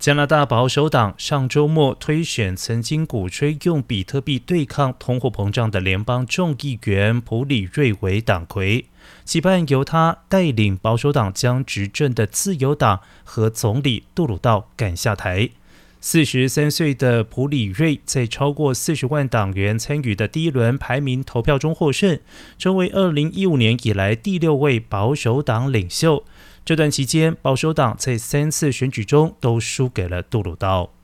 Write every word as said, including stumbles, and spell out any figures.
加拿大保守党上周末推选曾经鼓吹用比特币对抗通货膨胀的联邦众议员普里瑞为党魁，期盼由他带领保守党将执政的自由党和总理杜鲁道赶下台。四十三岁的普里瑞在超过四十万党员参与的第一轮排名投票中获胜，成为二零一五年以来第六位保守党领袖。这段期间，保守党在三次选举中都输给了杜鲁道。